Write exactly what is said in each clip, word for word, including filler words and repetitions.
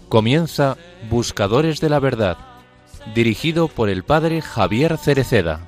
Comienza Buscadores de la Verdad, dirigido por el padre Javier Cereceda.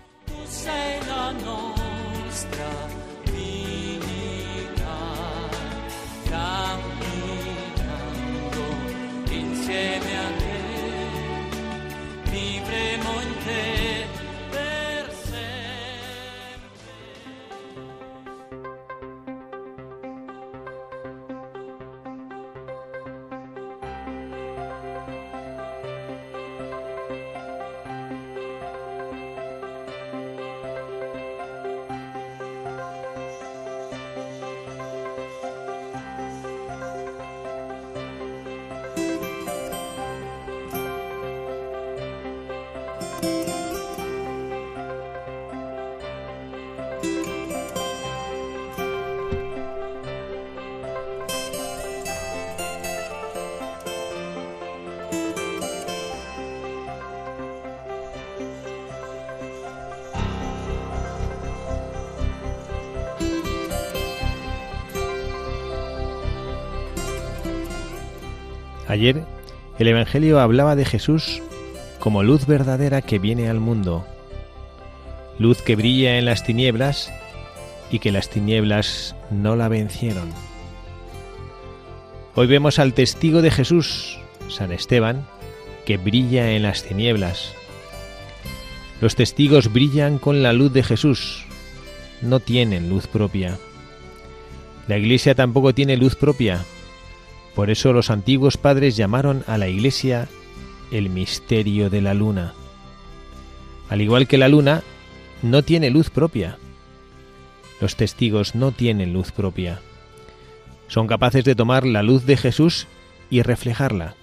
Ayer el Evangelio hablaba de Jesús como luz verdadera que viene al mundo, luz que brilla en las tinieblas y que las tinieblas no la vencieron. Hoy vemos al testigo de Jesús, San Esteban, que brilla en las tinieblas. Los testigos brillan con la luz de Jesús, no tienen luz propia. La Iglesia tampoco tiene luz propia. Por eso los antiguos padres llamaron a la Iglesia el misterio de la luna. Al igual que la luna, no tiene luz propia. Los testigos no tienen luz propia. Son capaces de tomar la luz de Jesús y reflejarla.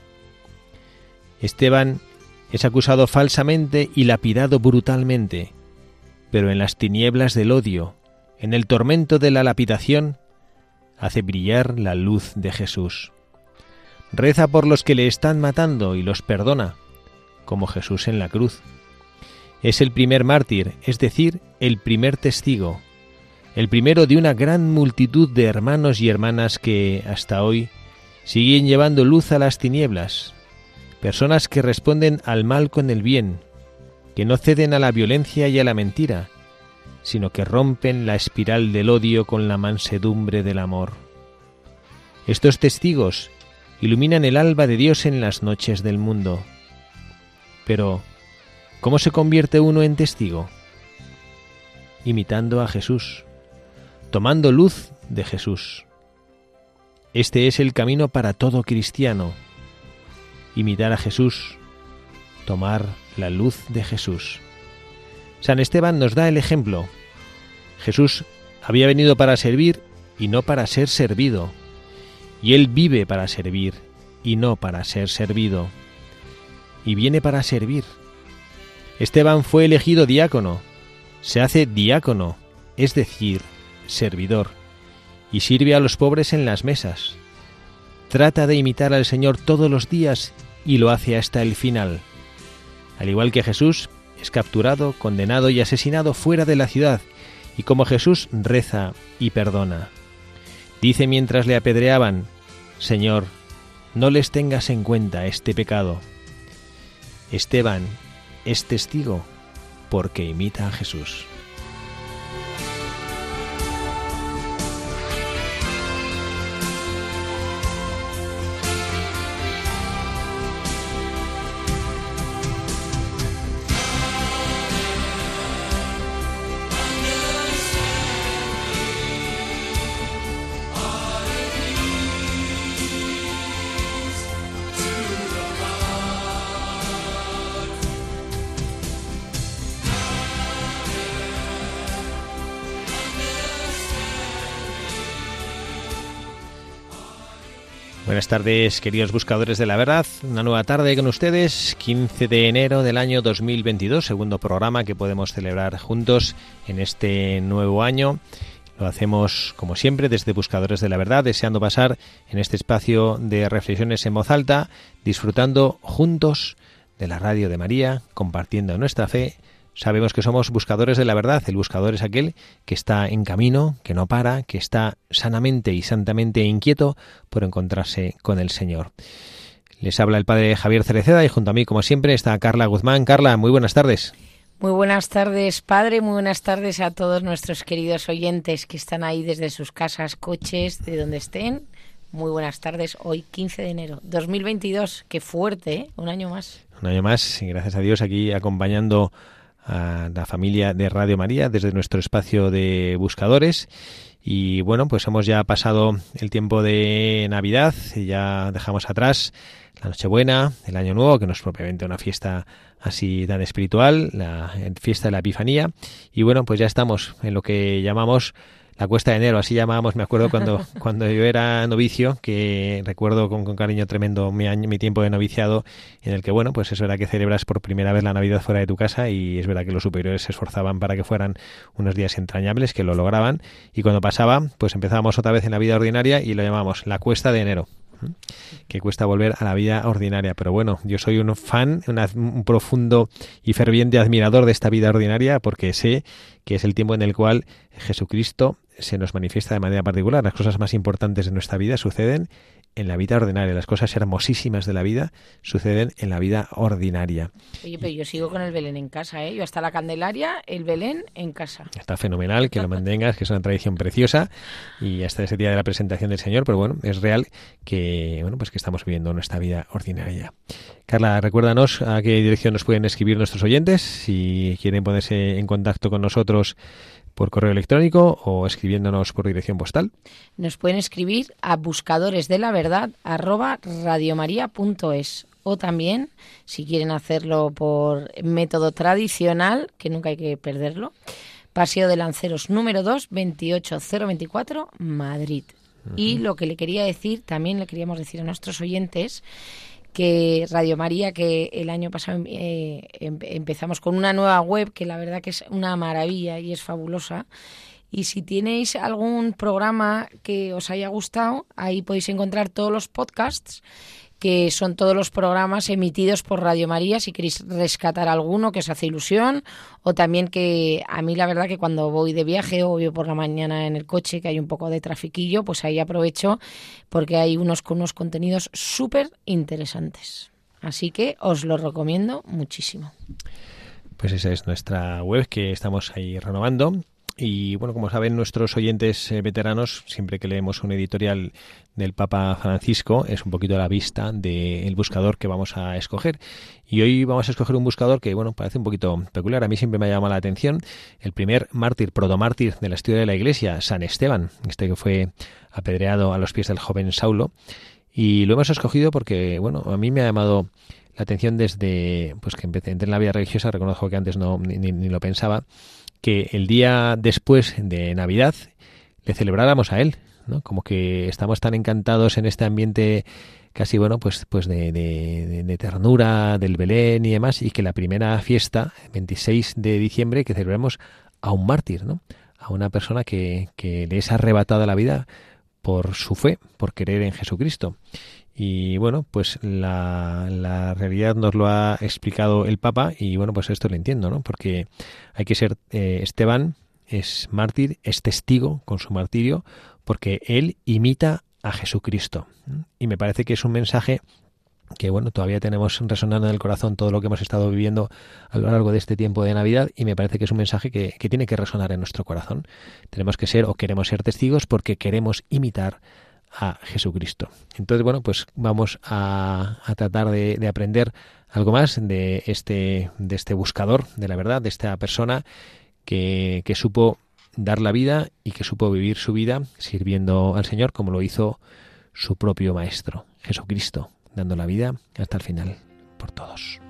Esteban es acusado falsamente y lapidado brutalmente, pero en las tinieblas del odio, en el tormento de la lapidación, hace brillar la luz de Jesús. Reza por los que le están matando y los perdona, como Jesús en la cruz. Es el primer mártir, es decir, el primer testigo, el primero de una gran multitud de hermanos y hermanas que, hasta hoy, siguen llevando luz a las tinieblas, personas que responden al mal con el bien, que no ceden a la violencia y a la mentira, sino que rompen la espiral del odio con la mansedumbre del amor. Estos testigos iluminan el alba de Dios en las noches del mundo. Pero, ¿cómo se convierte uno en testigo? Imitando a Jesús, tomando luz de Jesús. Este es el camino para todo cristiano: imitar a Jesús, tomar la luz de Jesús. San Esteban nos da el ejemplo. Jesús había venido para servir y no para ser servido. Y Él vive para servir y no para ser servido. Y viene para servir. Esteban fue elegido diácono. Se hace diácono, es decir, servidor. Y sirve a los pobres en las mesas. Trata de imitar al Señor todos los días y lo hace hasta el final. Al igual que Jesús, es capturado, condenado y asesinado fuera de la ciudad, y como Jesús reza y perdona. Dice mientras le apedreaban: Señor, no les tengas en cuenta este pecado. Esteban es testigo porque imita a Jesús. Buenas tardes, queridos buscadores de la verdad. Una nueva tarde con ustedes, quince de enero del año dos mil veintidós, segundo programa que podemos celebrar juntos en este nuevo año. Lo hacemos, como siempre, desde Buscadores de la Verdad, deseando pasar en este espacio de reflexiones en voz alta, disfrutando juntos de la radio de María, compartiendo nuestra fe. Sabemos que somos buscadores de la verdad. El buscador es aquel que está en camino, que no para, que está sanamente y santamente inquieto por encontrarse con el Señor. Les habla el padre Javier Cereceda y junto a mí, como siempre, está Carla Guzmán. Carla, muy buenas tardes. Muy buenas tardes, padre, muy buenas tardes a todos nuestros queridos oyentes que están ahí desde sus casas, coches, de donde estén. Muy buenas tardes, hoy quince de enero, dos mil veintidós, qué fuerte, ¿eh? Un año más. Un año más, y gracias a Dios, aquí acompañando a la familia de Radio María desde nuestro espacio de buscadores. Y bueno, pues hemos ya pasado el tiempo de Navidad y ya dejamos atrás la Nochebuena, el Año Nuevo, que no es propiamente una fiesta así tan espiritual, la fiesta de la Epifanía. Y bueno, pues ya estamos en lo que llamamos la cuesta de enero, así llamábamos, me acuerdo cuando cuando yo era novicio, que recuerdo con, con cariño tremendo mi año, mi tiempo de noviciado, en el que, bueno, pues es verdad que celebras por primera vez la Navidad fuera de tu casa y es verdad que los superiores se esforzaban para que fueran unos días entrañables, que lo lograban, y cuando pasaba, pues empezábamos otra vez en la vida ordinaria y lo llamamos la cuesta de enero, que cuesta volver a la vida ordinaria. Pero bueno, yo soy un fan, una, un profundo y ferviente admirador de esta vida ordinaria, porque sé que es el tiempo en el cual Jesucristo se nos manifiesta de manera particular. Las cosas más importantes de nuestra vida suceden en la vida ordinaria. Las cosas hermosísimas de la vida suceden en la vida ordinaria. Oye, pero yo sigo con el Belén en casa, ¿eh? Yo hasta la Candelaria, el Belén en casa. Está fenomenal que lo mantengas, que es una tradición preciosa, y hasta ese día de la presentación del Señor, pero bueno, es real que, bueno, pues que estamos viviendo nuestra vida ordinaria. Carla, recuérdanos a qué dirección nos pueden escribir nuestros oyentes, si quieren ponerse en contacto con nosotros por correo electrónico o escribiéndonos por dirección postal. Nos pueden escribir a buscadoresdelaverdad arroba radiomaria.es, o también, si quieren hacerlo por método tradicional, que nunca hay que perderlo, Paseo de Lanceros número dos, veintiocho mil veinticuatro, Madrid. Uh-huh. Y lo que le quería decir, también le queríamos decir a nuestros oyentes, que Radio María, que el año pasado eh, empezamos con una nueva web que la verdad que es una maravilla y es fabulosa. Y si tenéis algún programa que os haya gustado, ahí podéis encontrar todos los podcasts, que son todos los programas emitidos por Radio María, si queréis rescatar alguno que os hace ilusión, o también que a mí la verdad que cuando voy de viaje o voy por la mañana en el coche, que hay un poco de trafiquillo, pues ahí aprovecho porque hay unos con unos contenidos súper interesantes. Así que os lo recomiendo muchísimo. Pues esa es nuestra web que estamos ahí renovando. Y bueno, como saben nuestros oyentes eh, veteranos, siempre que leemos un editorial del Papa Francisco es un poquito la vista del buscador que vamos a escoger. Y hoy vamos a escoger un buscador que, bueno, parece un poquito peculiar. A mí siempre me ha llamado la atención. El primer mártir, protomártir de la historia de la Iglesia, San Esteban, este que fue apedreado a los pies del joven Saulo. Y lo hemos escogido porque, bueno, a mí me ha llamado la atención desde pues que empecé entré en la vida religiosa. Reconozco que antes no ni, ni lo pensaba, que el día después de Navidad le celebráramos a él, ¿no? Como que estamos tan encantados en este ambiente casi, bueno, pues pues de, de, de ternura del Belén y demás, y que la primera fiesta, veintiséis de diciembre, que celebremos a un mártir, ¿no? A una persona que, que le es arrebatada la vida por su fe, por creer en Jesucristo. Y bueno, pues la, la realidad nos lo ha explicado el Papa y bueno, pues esto lo entiendo, ¿no? Porque hay que ser, eh, Esteban es mártir, es testigo con su martirio, porque él imita a Jesucristo. Y me parece que es un mensaje que bueno, todavía tenemos resonando en el corazón todo lo que hemos estado viviendo a lo largo de este tiempo de Navidad, y me parece que es un mensaje que, que tiene que resonar en nuestro corazón. Tenemos que ser o queremos ser testigos porque queremos imitar a Jesucristo. Entonces, bueno, pues vamos a, a tratar de, de aprender algo más de este, de este buscador de la verdad, de esta persona que, que supo dar la vida y que supo vivir su vida sirviendo al Señor como lo hizo su propio Maestro, Jesucristo, dando la vida hasta el final por todos.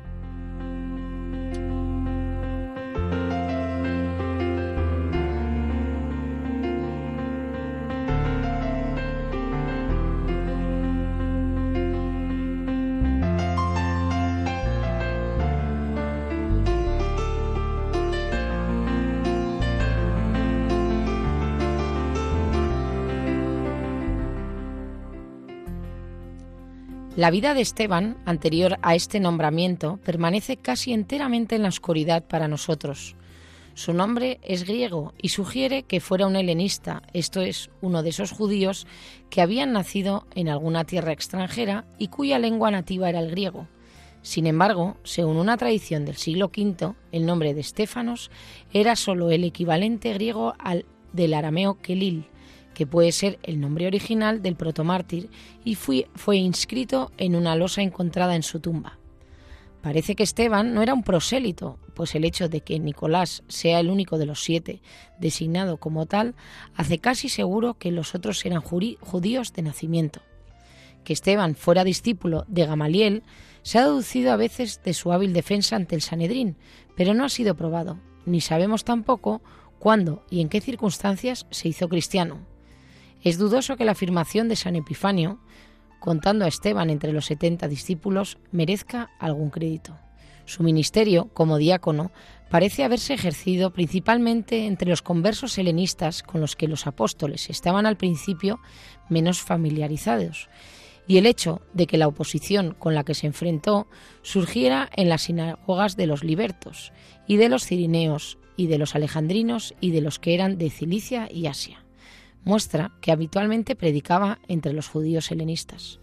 La vida de Esteban, anterior a este nombramiento, permanece casi enteramente en la oscuridad para nosotros. Su nombre es griego y sugiere que fuera un helenista, esto es, uno de esos judíos que habían nacido en alguna tierra extranjera y cuya lengua nativa era el griego. Sin embargo, según una tradición del siglo quinto, el nombre de Estéfanos era solo el equivalente griego al del arameo Kelil, que puede ser el nombre original del protomártir, y fue, fue inscrito en una losa encontrada en su tumba. Parece que Esteban no era un prosélito, pues el hecho de que Nicolás sea el único de los siete designado como tal hace casi seguro que los otros eran judíos de nacimiento. Que Esteban fuera discípulo de Gamaliel se ha deducido a veces de su hábil defensa ante el Sanedrín, pero no ha sido probado, ni sabemos tampoco cuándo y en qué circunstancias se hizo cristiano. Es dudoso que la afirmación de San Epifanio, contando a Esteban entre los setenta discípulos, merezca algún crédito. Su ministerio, como diácono, parece haberse ejercido principalmente entre los conversos helenistas con los que los apóstoles estaban al principio menos familiarizados, y el hecho de que la oposición con la que se enfrentó surgiera en las sinagogas de los libertos, y de los cirineos, y de los alejandrinos, y de los que eran de Cilicia y Asia. Muestra que habitualmente predicaba entre los judíos helenistas.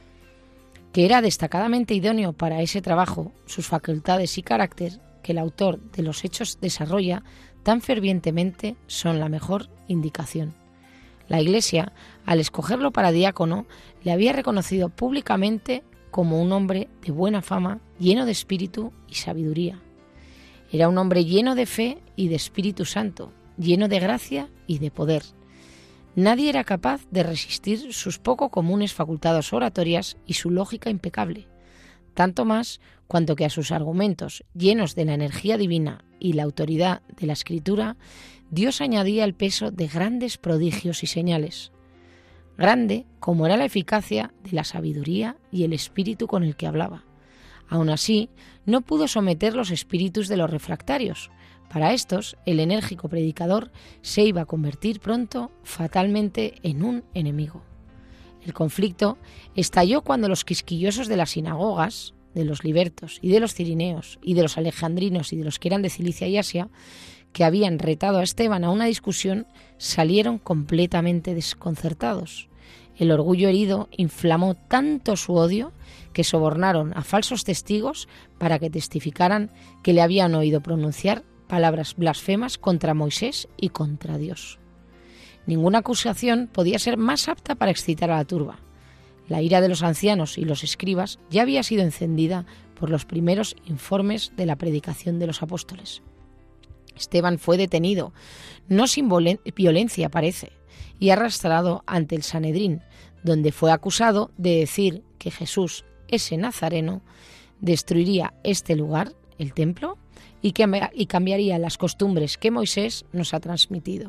Que era destacadamente idóneo para ese trabajo, sus facultades y carácter, que el autor de los Hechos desarrolla tan fervientemente, son la mejor indicación. La Iglesia, al escogerlo para diácono, le había reconocido públicamente como un hombre de buena fama, lleno de espíritu y sabiduría. Era un hombre lleno de fe y de Espíritu Santo, lleno de gracia y de poder. Nadie era capaz de resistir sus poco comunes facultades oratorias y su lógica impecable, tanto más cuanto que a sus argumentos, llenos de la energía divina y la autoridad de la Escritura, Dios añadía el peso de grandes prodigios y señales. Grande como era la eficacia de la sabiduría y el espíritu con el que hablaba. Aun así, no pudo someter los espíritus de los refractarios. Para estos, el enérgico predicador se iba a convertir pronto fatalmente en un enemigo. El conflicto estalló cuando los quisquillosos de las sinagogas, de los libertos y de los cirineos y de los alejandrinos y de los que eran de Cilicia y Asia, que habían retado a Esteban a una discusión, salieron completamente desconcertados. El orgullo herido inflamó tanto su odio que sobornaron a falsos testigos para que testificaran que le habían oído pronunciar palabras blasfemas contra Moisés y contra Dios. Ninguna acusación podía ser más apta para excitar a la turba. La ira de los ancianos y los escribas ya había sido encendida por los primeros informes de la predicación de los apóstoles. Esteban fue detenido, no sin violencia parece, y arrastrado ante el Sanedrín, donde fue acusado de decir que Jesús, ese nazareno, destruiría este lugar, el templo, y, que, y cambiaría las costumbres que Moisés nos ha transmitido.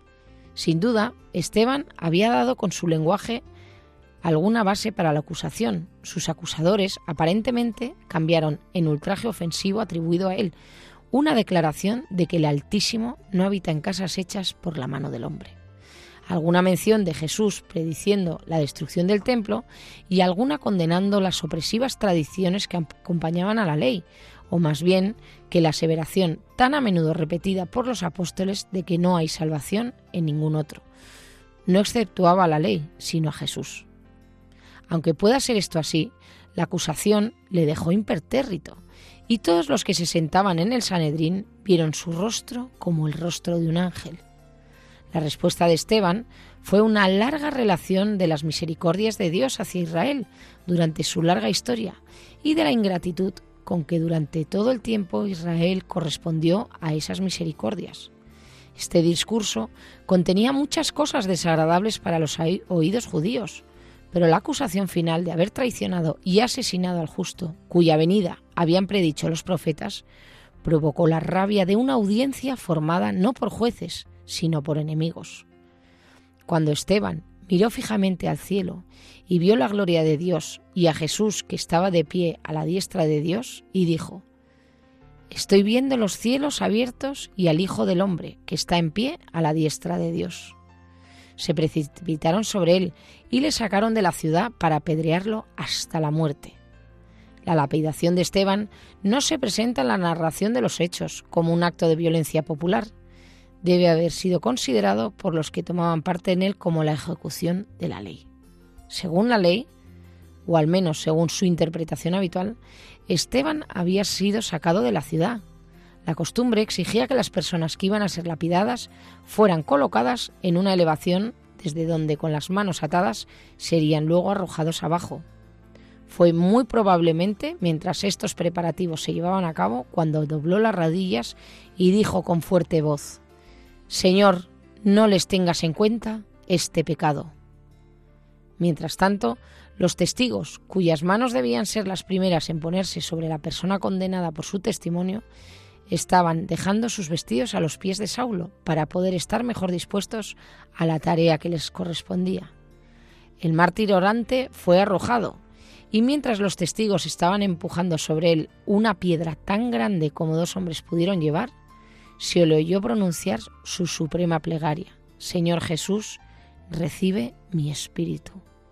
Sin duda, Esteban había dado con su lenguaje alguna base para la acusación. Sus acusadores aparentemente cambiaron en ultraje ofensivo atribuido a él una declaración de que el Altísimo no habita en casas hechas por la mano del hombre. Alguna mención de Jesús prediciendo la destrucción del templo y alguna condenando las opresivas tradiciones que acompañaban a la ley, o más bien que la aseveración tan a menudo repetida por los apóstoles de que no hay salvación en ningún otro. No exceptuaba a la ley, sino a Jesús. Aunque pueda ser esto así, la acusación le dejó impertérrito, y todos los que se sentaban en el Sanedrín vieron su rostro como el rostro de un ángel. La respuesta de Esteban fue una larga relación de las misericordias de Dios hacia Israel durante su larga historia y de la ingratitud con que durante todo el tiempo Israel correspondió a esas misericordias. Este discurso contenía muchas cosas desagradables para los oídos judíos, pero la acusación final de haber traicionado y asesinado al justo, cuya venida habían predicho los profetas, provocó la rabia de una audiencia formada no por jueces, sino por enemigos. Cuando Esteban miró fijamente al cielo y vio la gloria de Dios y a Jesús que estaba de pie a la diestra de Dios, y dijo: «Estoy viendo los cielos abiertos y al Hijo del Hombre que está en pie a la diestra de Dios». Se precipitaron sobre él y le sacaron de la ciudad para apedrearlo hasta la muerte. La lapidación de Esteban no se presenta en la narración de los hechos como un acto de violencia popular. Debe haber sido considerado por los que tomaban parte en él como la ejecución de la ley. Según la ley, o al menos según su interpretación habitual, Esteban había sido sacado de la ciudad. La costumbre exigía que las personas que iban a ser lapidadas fueran colocadas en una elevación desde donde con las manos atadas serían luego arrojados abajo. Fue muy probablemente mientras estos preparativos se llevaban a cabo cuando dobló las rodillas y dijo con fuerte voz: «Señor, no les tengas en cuenta este pecado». Mientras tanto, los testigos, cuyas manos debían ser las primeras en ponerse sobre la persona condenada por su testimonio, estaban dejando sus vestidos a los pies de Saulo para poder estar mejor dispuestos a la tarea que les correspondía. El mártir orante fue arrojado, y mientras los testigos estaban empujando sobre él una piedra tan grande como dos hombres pudieron llevar, se le oyó pronunciar su suprema plegaria: «Señor Jesús, recibe mi espíritu».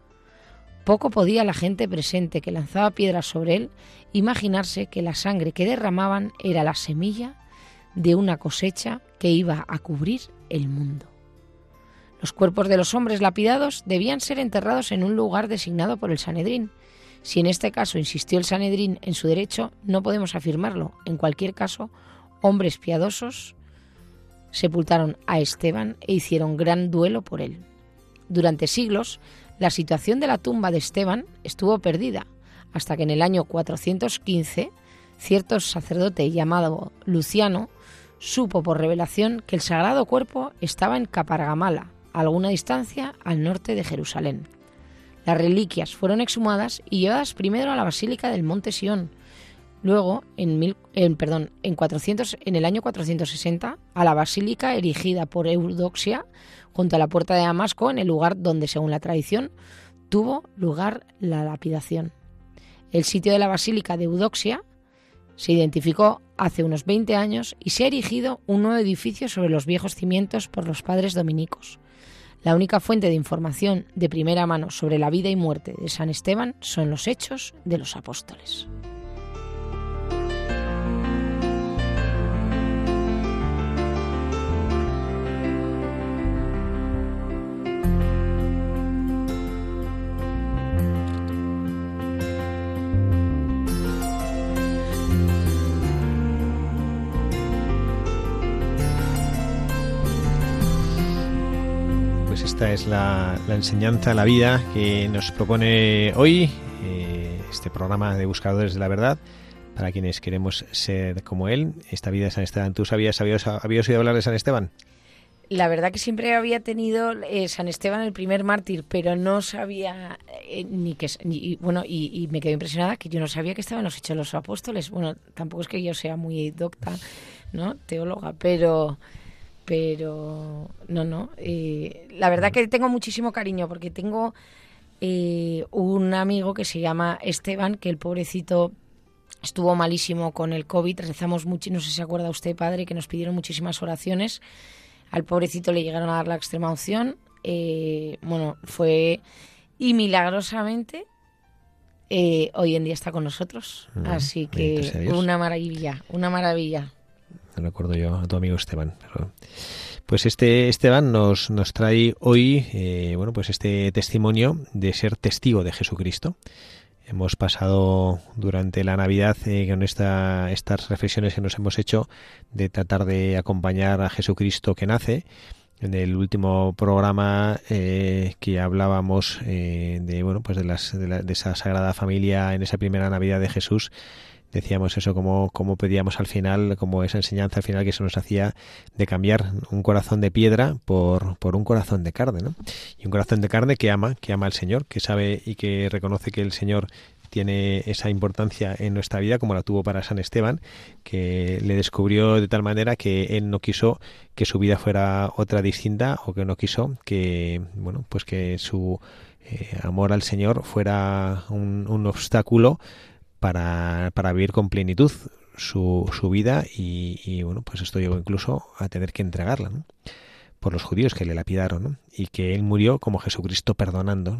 Poco podía la gente presente que lanzaba piedras sobre él imaginarse que la sangre que derramaban era la semilla de una cosecha que iba a cubrir el mundo. Los cuerpos de los hombres lapidados debían ser enterrados en un lugar designado por el Sanedrín. Si en este caso insistió el Sanedrín en su derecho, no podemos afirmarlo. En cualquier caso, hombres piadosos sepultaron a Esteban e hicieron gran duelo por él. Durante siglos, la situación de la tumba de Esteban estuvo perdida, hasta que en el año cuatrocientos quince, cierto sacerdote llamado Luciano supo por revelación que el sagrado cuerpo estaba en Capargamala, a alguna distancia al norte de Jerusalén. Las reliquias fueron exhumadas y llevadas primero a la Basílica del Monte Sión, luego, en, mil, en, perdón, en, cuatrocientos, en el año cuatrocientos sesenta, a la Basílica erigida por Eudoxia, junto a la puerta de Damasco, en el lugar donde, según la tradición, tuvo lugar la lapidación. El sitio de la Basílica de Eudoxia se identificó hace unos veinte años y se ha erigido un nuevo edificio sobre los viejos cimientos por los padres dominicos. La única fuente de información de primera mano sobre la vida y muerte de San Esteban son los Hechos de los Apóstoles. Esta es la, la enseñanza, la vida que nos propone hoy eh, este programa de Buscadores de la Verdad, para quienes queremos ser como él. Esta vida de San Esteban. ¿Tú sabías, habías, habías oído hablar de San Esteban? La verdad que siempre había tenido eh, San Esteban el primer mártir, pero no sabía eh, ni que... Ni, bueno, y, y me quedé impresionada que yo no sabía que estaban los Hechos de los Apóstoles. Bueno, tampoco es que yo sea muy docta, ¿no? Teóloga, pero... Pero no, no. Eh, la verdad que tengo muchísimo cariño porque tengo eh, un amigo que se llama Esteban, que el pobrecito estuvo malísimo con el COVID. Rezamos mucho, no sé si se acuerda usted, padre, que nos pidieron muchísimas oraciones. Al pobrecito le llegaron a dar la extrema unción. Eh, bueno, fue... Y milagrosamente eh, hoy en día está con nosotros. Mm, Así que una maravilla, una maravilla. No recuerdo yo a tu amigo Esteban. Pero... Pues este Esteban nos, nos trae hoy eh, bueno, pues este testimonio de ser testigo de Jesucristo. Hemos pasado durante la Navidad eh, con esta, estas reflexiones que nos hemos hecho de tratar de acompañar a Jesucristo que nace. En el último programa eh, que hablábamos eh, de bueno pues de, las, de, la, de esa Sagrada Familia en esa primera Navidad de Jesús. Decíamos eso, como, como pedíamos al final, como esa enseñanza al final que se nos hacía de cambiar un corazón de piedra por, por un corazón de carne, ¿no? Y un corazón de carne que ama, que ama al Señor, que sabe y que reconoce que el Señor tiene esa importancia en nuestra vida, como la tuvo para San Esteban, que le descubrió de tal manera que él no quiso que su vida fuera otra distinta, o que no quiso que, bueno, pues que su eh, amor al Señor fuera un, un obstáculo para, para vivir con plenitud su, su vida y, y bueno, pues esto llegó incluso a tener que entregarla, ¿no? Por los judíos que le lapidaron, ¿no? Y que él murió como Jesucristo perdonando,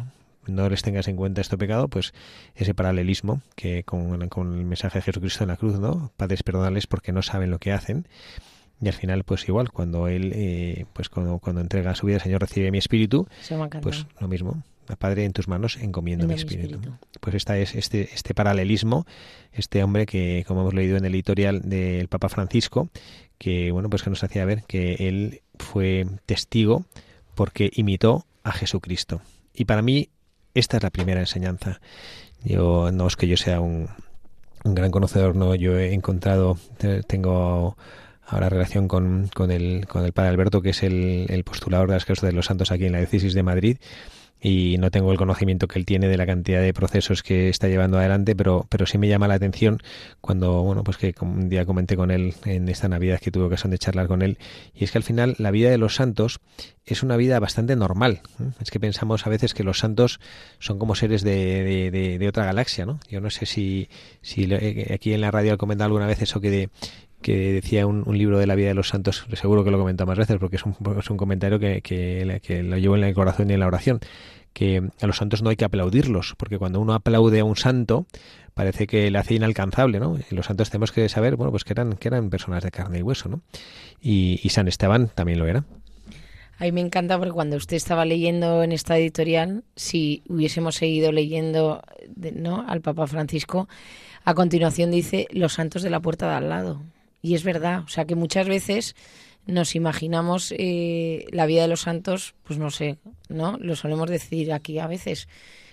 no les tengas en cuenta este pecado, pues ese paralelismo que con, con el mensaje de Jesucristo en la cruz, ¿no? Padres, perdónales porque no saben lo que hacen. Y al final, pues igual, cuando él, eh, pues cuando, cuando entrega su vida, Señor, recibe mi espíritu, pues lo mismo. Padre, en tus manos encomiendo mi espíritu. mi espíritu. Pues esta es este, este paralelismo, este hombre que, como hemos leído en el editorial del Papa Francisco, que bueno, pues que nos hacía ver que él fue testigo porque imitó a Jesucristo. Y para mí, esta es la primera enseñanza. Yo no es que yo sea un, un gran conocedor, no, yo he encontrado, tengo ahora relación con, con, el, con el padre Alberto, que es el, el postulador de las causas de los santos aquí en la diócesis de Madrid, y no tengo el conocimiento que él tiene de la cantidad de procesos que está llevando adelante, pero pero sí me llama la atención cuando, bueno, pues que un día comenté con él en esta Navidad que tuve ocasión de charlar con él, y es que al final la vida de los santos es una vida bastante normal. Es que pensamos a veces que los santos son como seres de, de, de, de otra galaxia, ¿no? Yo no sé si, si aquí en la radio he comentado alguna vez eso que de que decía un, un libro de la vida de los santos, seguro que lo he comentado más veces porque es un, es un comentario que, que, que lo llevo en el corazón y en la oración, que a los santos no hay que aplaudirlos, porque cuando uno aplaude a un santo parece que le hace inalcanzable, ¿no? Y los santos tenemos que saber, bueno, pues que eran, que eran personas de carne y hueso, ¿no? Y, y San Esteban también lo era. A mí me encanta porque cuando usted estaba leyendo en esta editorial, si hubiésemos seguido leyendo, ¿no?, al Papa Francisco, a continuación dice los santos de la puerta de al lado. Y es verdad, o sea que muchas veces nos imaginamos eh, la vida de los santos, pues no sé, ¿no? Lo solemos decir aquí a veces,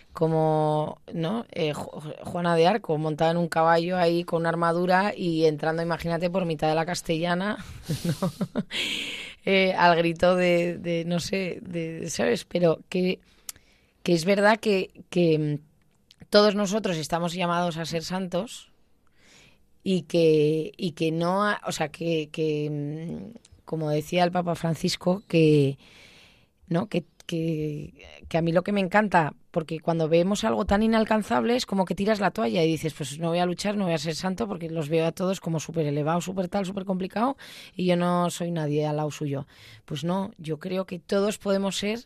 como, ¿no? Eh, Juana de Arco, montada en un caballo ahí con una armadura y entrando, imagínate, por mitad de la Castellana, ¿no? eh, al grito de, de, no sé, de, ¿sabes? Pero que, que es verdad que, que todos nosotros estamos llamados a ser santos, y que y que no, o sea, que, que como decía el Papa Francisco, que no que, que que a mí lo que me encanta, porque cuando vemos algo tan inalcanzable es como que tiras la toalla y dices, pues no voy a luchar, no voy a ser santo porque los veo a todos como súper elevados, súper tal, súper complicado y yo no soy nadie al lado suyo. Pues no, yo creo que todos podemos ser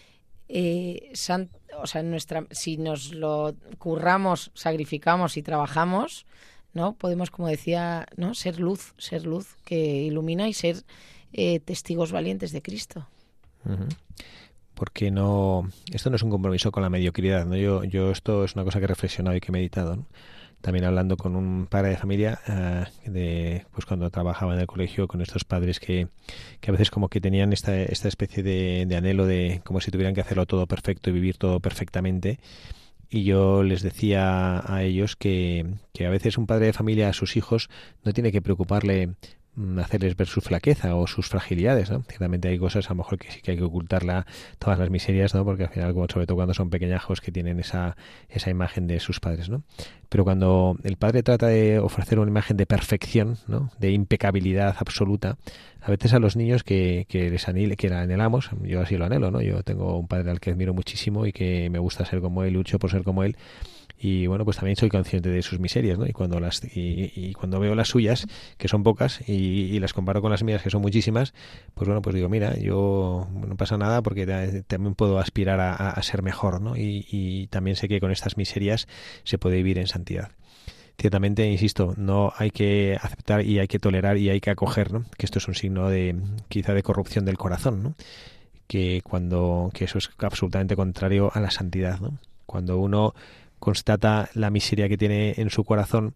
eh, sant- o sea, en nuestra, si nos lo curramos, sacrificamos y trabajamos, ¿no? Podemos, como decía, ¿no?, ser luz, ser luz que ilumina y ser eh, testigos valientes de Cristo. Uh-huh. Porque no, esto no es un compromiso con la mediocridad, ¿no? Yo, yo esto es una cosa que he reflexionado y que he meditado, ¿no? También hablando con un padre de familia, uh, de, pues cuando trabajaba en el colegio, con estos padres que, que a veces como que tenían esta, esta especie de, de anhelo de como si tuvieran que hacerlo todo perfecto y vivir todo perfectamente. Y yo les decía a ellos que, que a veces un padre de familia a sus hijos no tiene que preocuparle hacerles ver su flaqueza o sus fragilidades, ¿no? Ciertamente hay cosas a lo mejor que sí que hay que ocultarla, todas las miserias, ¿no? Porque al final, sobre todo cuando son pequeñajos que tienen esa, esa imagen de sus padres, ¿no? Pero cuando el padre trata de ofrecer una imagen de perfección, ¿no?, de impecabilidad absoluta, a veces a los niños que, que les anhel, que la anhelamos, yo así lo anhelo, ¿no? Yo tengo un padre al que admiro muchísimo y que me gusta ser como él, lucho por ser como él. Y bueno, pues también soy consciente de sus miserias, ¿no? Y cuando las y, y cuando veo las suyas, que son pocas, y, y las comparo con las mías, que son muchísimas, pues bueno, pues digo, mira, yo no pasa nada porque también puedo aspirar a, a ser mejor, ¿no? Y, y también sé que con estas miserias se puede vivir en santidad. Ciertamente, insisto, no hay que aceptar y hay que tolerar y hay que acoger, ¿no?, que esto es un signo de quizá de corrupción del corazón, ¿no? Que cuando que eso es absolutamente contrario a la santidad, ¿no? Cuando uno constata la miseria que tiene en su corazón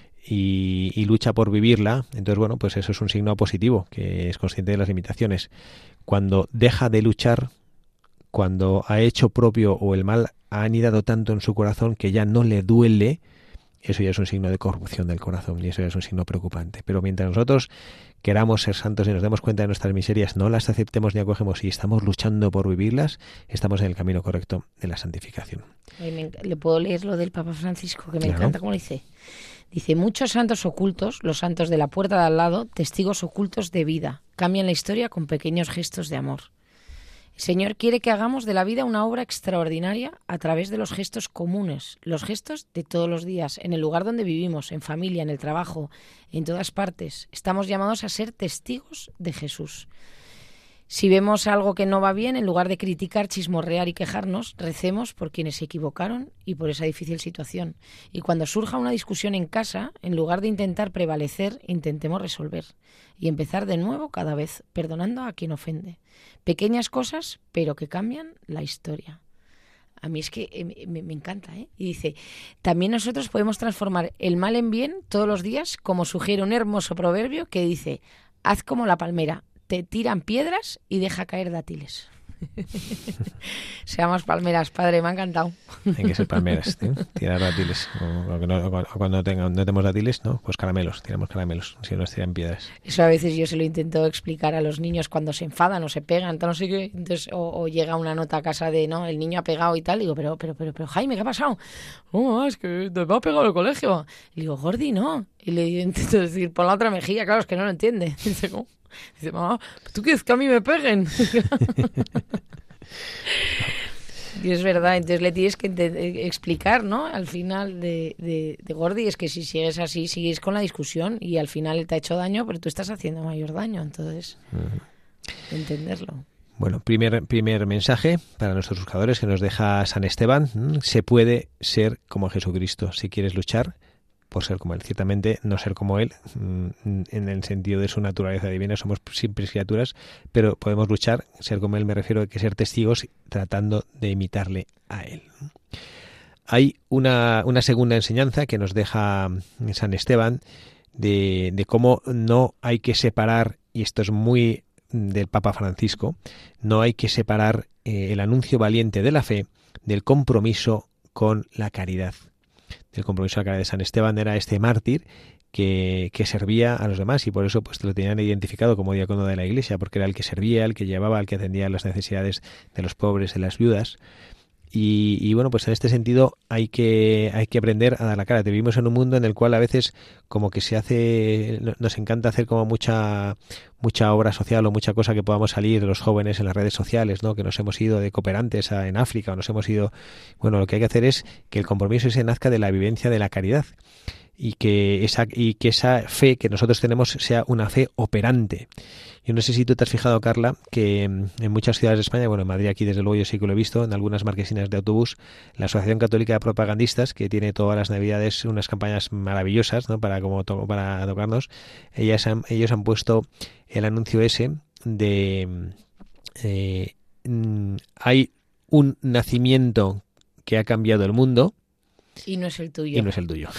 y, y lucha por vivirla, entonces bueno, pues eso es un signo positivo, que es consciente de las limitaciones. Cuando deja de luchar, cuando ha hecho propio o el mal ha anidado tanto en su corazón que ya no le duele, eso ya es un signo de corrupción del corazón y eso ya es un signo preocupante. Pero mientras nosotros queramos ser santos y nos demos cuenta de nuestras miserias, no las aceptemos ni acogemos y estamos luchando por vivirlas, estamos en el camino correcto de la santificación. ¿Le puedo leer lo del Papa Francisco? Que me Claro. encanta cómo lo dice. Dice, muchos santos ocultos, los santos de la puerta de al lado, testigos ocultos de vida, cambian la historia con pequeños gestos de amor. El Señor quiere que hagamos de la vida una obra extraordinaria a través de los gestos comunes, los gestos de todos los días, en el lugar donde vivimos, en familia, en el trabajo, en todas partes. Estamos llamados a ser testigos de Jesús. Si vemos algo que no va bien, en lugar de criticar, chismorrear y quejarnos, recemos por quienes se equivocaron y por esa difícil situación. Y cuando surja una discusión en casa, en lugar de intentar prevalecer, intentemos resolver y empezar de nuevo cada vez, perdonando a quien ofende. Pequeñas cosas, pero que cambian la historia. A mí es que eh, me, me encanta, ¿eh? Y dice, también nosotros podemos transformar el mal en bien todos los días, como sugiere un hermoso proverbio que dice, haz como la palmera, te tiran piedras y deja caer dátiles. Seamos palmeras, padre, me ha encantado. Hay que ser palmeras, ¿sí? Tirar dátiles. O, o, no, o cuando tenga, no tenemos dátiles, no, pues caramelos, tiramos caramelos, si no nos tiran piedras. Eso a veces yo se lo intento explicar a los niños cuando se enfadan o se pegan, no sé qué, entonces, o, o llega una nota a casa de, no, el niño ha pegado y tal, digo, pero, pero, pero, pero, Jaime, ¿qué ha pasado? Oh, es que te me ha pegado el colegio. Y digo, Gordi, no. Y le intento decir, pon la otra mejilla, claro, es que no lo entiende. Y dice, ¿cómo? Dice, mamá, ¿tú quieres que a mí me peguen? Y es verdad, entonces le tienes que explicar, ¿no? Al final de, de, de Gordi, es que si sigues así, sigues con la discusión y al final él te ha hecho daño, pero tú estás haciendo mayor daño, entonces uh-huh. entenderlo. Bueno, primer, primer mensaje para nuestros buscadores que nos deja San Esteban. Se puede ser como Jesucristo si quieres luchar por ser como Él. Ciertamente no ser como Él en el sentido de su naturaleza divina, somos simples criaturas, pero podemos luchar, ser como Él me refiero a que ser testigos tratando de imitarle a Él. Hay una, una segunda enseñanza que nos deja San Esteban de, de cómo no hay que separar, y esto es muy del Papa Francisco, no hay que separar eh, el anuncio valiente de la fe del compromiso con la caridad. El compromiso de la caridad de San Esteban era este mártir que, que servía a los demás y por eso pues lo tenían identificado como diácono de la Iglesia, porque era el que servía, el que llevaba, el que atendía las necesidades de los pobres, de las viudas. Y, y bueno, pues en este sentido hay que hay que aprender a dar la cara. Vivimos en un mundo en el cual a veces como que se hace, nos encanta hacer como mucha mucha obra social o mucha cosa que podamos salir los jóvenes en las redes sociales, ¿no? Que nos hemos ido de cooperantes a, en África o nos hemos ido... Bueno, lo que hay que hacer es que el compromiso ese nazca de la vivencia de la caridad y que esa y que esa fe que nosotros tenemos sea una fe operante. Yo no sé si tú te has fijado, Carla, que en muchas ciudades de España, bueno, en Madrid aquí desde luego yo sí que lo he visto, en algunas marquesinas de autobús, la Asociación Católica de Propagandistas, que tiene todas las navidades unas campañas maravillosas, ¿no? Para como to- para tocarnos, ellas han, ellos han puesto el anuncio ese de eh, hay un nacimiento que ha cambiado el mundo y no es el tuyo. Y no es el tuyo.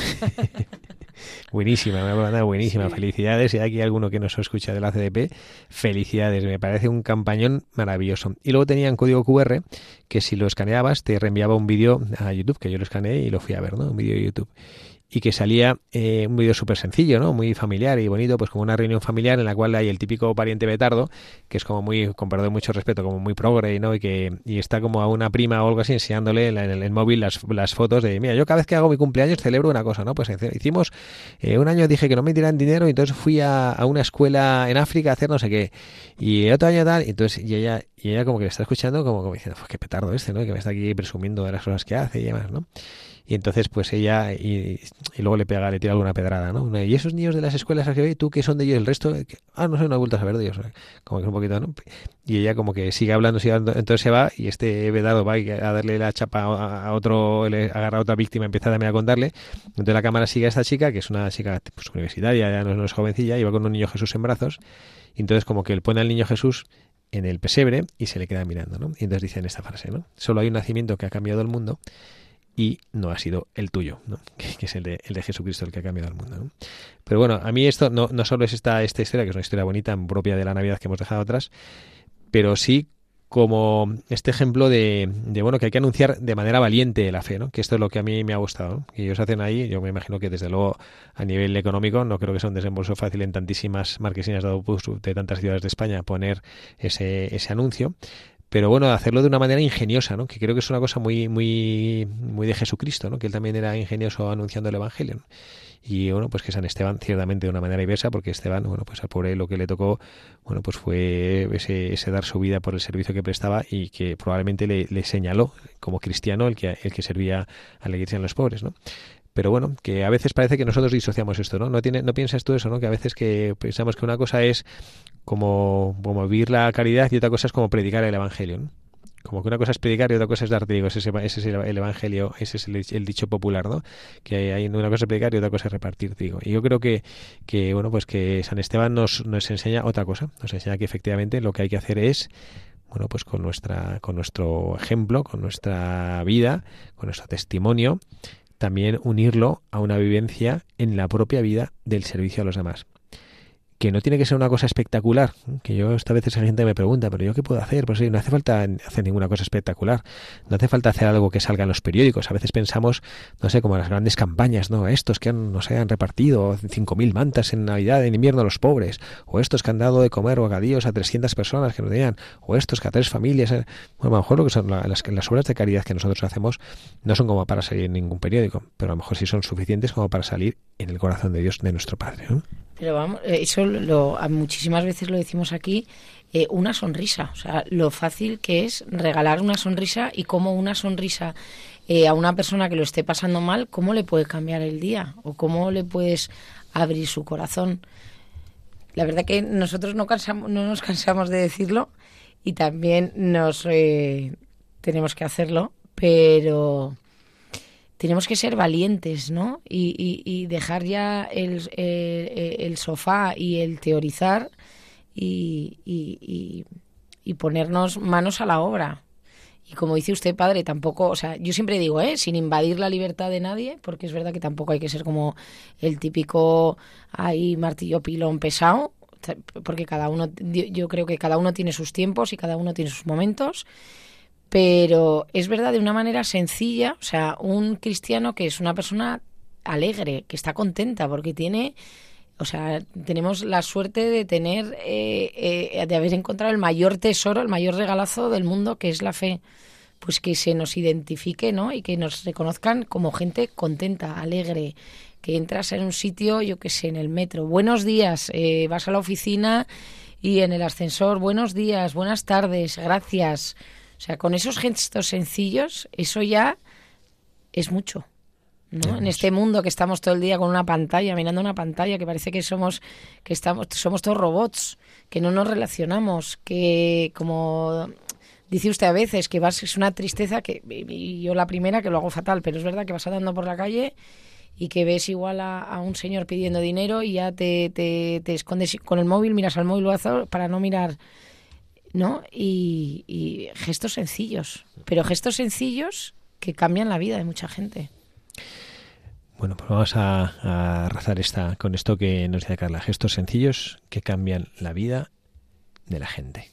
Buenísima, una propaganda buenísima. Sí. Felicidades. Si hay aquí alguno que nos escucha de la C D P, felicidades. Me parece un campañón maravilloso. Y luego tenían código cu erre que si lo escaneabas te reenviaba un vídeo a YouTube, que yo lo escaneé y lo fui a ver, ¿no? Un vídeo de YouTube. Y que salía eh, un vídeo súper sencillo, ¿no? Muy familiar y bonito, pues como una reunión familiar en la cual hay el típico pariente betardo, que es como muy, con perdón, mucho respeto, como muy progre, ¿no? Y que y está como a una prima o algo así enseñándole en el, en el móvil las, las fotos de, mira, yo cada vez que hago mi cumpleaños celebro una cosa, ¿no? Pues hicimos, eh, un año dije que no me tiraran dinero y entonces fui a, a una escuela en África a hacer no sé qué. Y otro año tal, y entonces, y ella, y ella como que le está escuchando como, como diciendo, pues qué petardo este, ¿no? Que me está aquí presumiendo de las cosas que hace y demás, ¿no? Y entonces pues ella y, y luego le pega, le tira alguna pedrada, ¿no? Y esos niños de las escuelas que ve, tú que son de ellos, el resto, que, ah, no sé, no he vuelto a saber de ellos, como que un poquito, ¿no? Y ella como que sigue hablando, sigue hablando, entonces se va y este vedado va a darle la chapa a, a otro, le agarra a otra víctima, empieza también a contarle, entonces la cámara sigue a esta chica, que es una chica pues, universitaria, ya no, no es jovencilla, y va con un niño Jesús en brazos, y entonces como que él pone al niño Jesús en el pesebre y se le queda mirando, ¿no? Y entonces dicen esta frase, ¿no? Solo hay un nacimiento que ha cambiado el mundo y no ha sido el tuyo, ¿no? Que, que es el de, el de Jesucristo el que ha cambiado el mundo, ¿no? Pero bueno, a mí esto no, no solo es esta, esta historia, que es una historia bonita, propia de la Navidad que hemos dejado atrás, pero sí como este ejemplo de, de bueno, que hay que anunciar de manera valiente la fe, ¿no? Que esto es lo que a mí me ha gustado, ¿no? Que ellos hacen ahí, yo me imagino que desde luego a nivel económico no creo que sea un desembolso fácil en tantísimas marquesinas de autobús de tantas ciudades de España poner ese, ese anuncio. Pero bueno, hacerlo de una manera ingeniosa, ¿no? Que creo que es una cosa muy muy muy de Jesucristo, ¿no? Que él también era ingenioso anunciando el Evangelio, ¿no? Y bueno, pues que San Esteban ciertamente de una manera diversa, porque Esteban, bueno, pues al pobre lo que le tocó, bueno, pues fue ese, ese dar su vida por el servicio que prestaba y que probablemente le, le señaló como cristiano el que el que servía a la Iglesia en los pobres, ¿no? pero bueno, que a veces parece que nosotros disociamos esto, ¿no? No tiene, no piensas tú eso, ¿no? Que a veces que pensamos que una cosa es como, como vivir la caridad y otra cosa es como predicar el evangelio, ¿no? Como que una cosa es predicar y otra cosa es dar trigo. Ese, ese es el evangelio, ese es el, el dicho popular, ¿no? Que hay una cosa es predicar y otra cosa es repartir trigo. Y yo creo que, que bueno, pues que San Esteban nos, nos enseña otra cosa. Nos enseña que efectivamente lo que hay que hacer es, bueno, pues con nuestra, con nuestro ejemplo, con nuestra vida, con nuestro testimonio, también unirlo a una vivencia en la propia vida del servicio a los demás. Que no tiene que ser una cosa espectacular, que yo esta veces hay gente que me pregunta, pero ¿yo qué puedo hacer? Pues sí, no hace falta hacer ninguna cosa espectacular, no hace falta hacer algo que salga en los periódicos. A veces pensamos, no sé, como las grandes campañas, ¿no? Estos que han, no sé, han repartido cinco mil mantas en Navidad, en invierno a los pobres, o estos que han dado de comer bocadillos a trescientas personas que no tenían, o estos que a tres familias. Bueno, a lo mejor lo que son las, las obras de caridad que nosotros hacemos no son como para salir en ningún periódico, pero a lo mejor sí son suficientes como para salir en el corazón de Dios, de nuestro Padre, ¿no? Pero vamos, eso lo, muchísimas veces lo decimos aquí, eh, una sonrisa. O sea, lo fácil que es regalar una sonrisa y cómo una sonrisa eh, a una persona que lo esté pasando mal, cómo le puede cambiar el día o cómo le puedes abrir su corazón. La verdad que nosotros no, cansamos, no nos cansamos de decirlo y también nos eh, tenemos que hacerlo, pero tenemos que ser valientes, ¿no? Y, y, y dejar ya el, el, el sofá y el teorizar y, y, y, y ponernos manos a la obra. Y como dice usted, padre, tampoco, o sea, yo siempre digo, ¿eh? Sin invadir la libertad de nadie, porque es verdad que tampoco hay que ser como el típico ahí martillo pilón pesado, porque cada uno, yo creo que cada uno tiene sus tiempos y cada uno tiene sus momentos. Pero es verdad, de una manera sencilla, o sea, un cristiano que es una persona alegre, que está contenta porque tiene, o sea, tenemos la suerte de tener, eh, eh, de haber encontrado el mayor tesoro, el mayor regalazo del mundo, que es la fe. Pues que se nos identifique, ¿no? Y que nos reconozcan como gente contenta, alegre, que entras en un sitio, yo qué sé, en el metro, buenos días, eh, vas a la oficina y en el ascensor, buenos días, buenas tardes, gracias. O sea, con esos gestos sencillos, eso ya es mucho, ¿no? Sí, en este mundo que estamos todo el día con una pantalla, mirando una pantalla, que parece que somos que estamos somos todos robots, que no nos relacionamos, que como dice usted a veces, que vas, es una tristeza, que y yo la primera que lo hago fatal, pero es verdad que vas andando por la calle y que ves igual a, a un señor pidiendo dinero y ya te, te, te escondes con el móvil, miras al móvil para no mirar, ¿no? Y, y gestos sencillos, pero gestos sencillos que cambian la vida de mucha gente. Bueno, pues vamos a, a rezar esta, con esto que nos dice Carla, gestos sencillos que cambian la vida de la gente.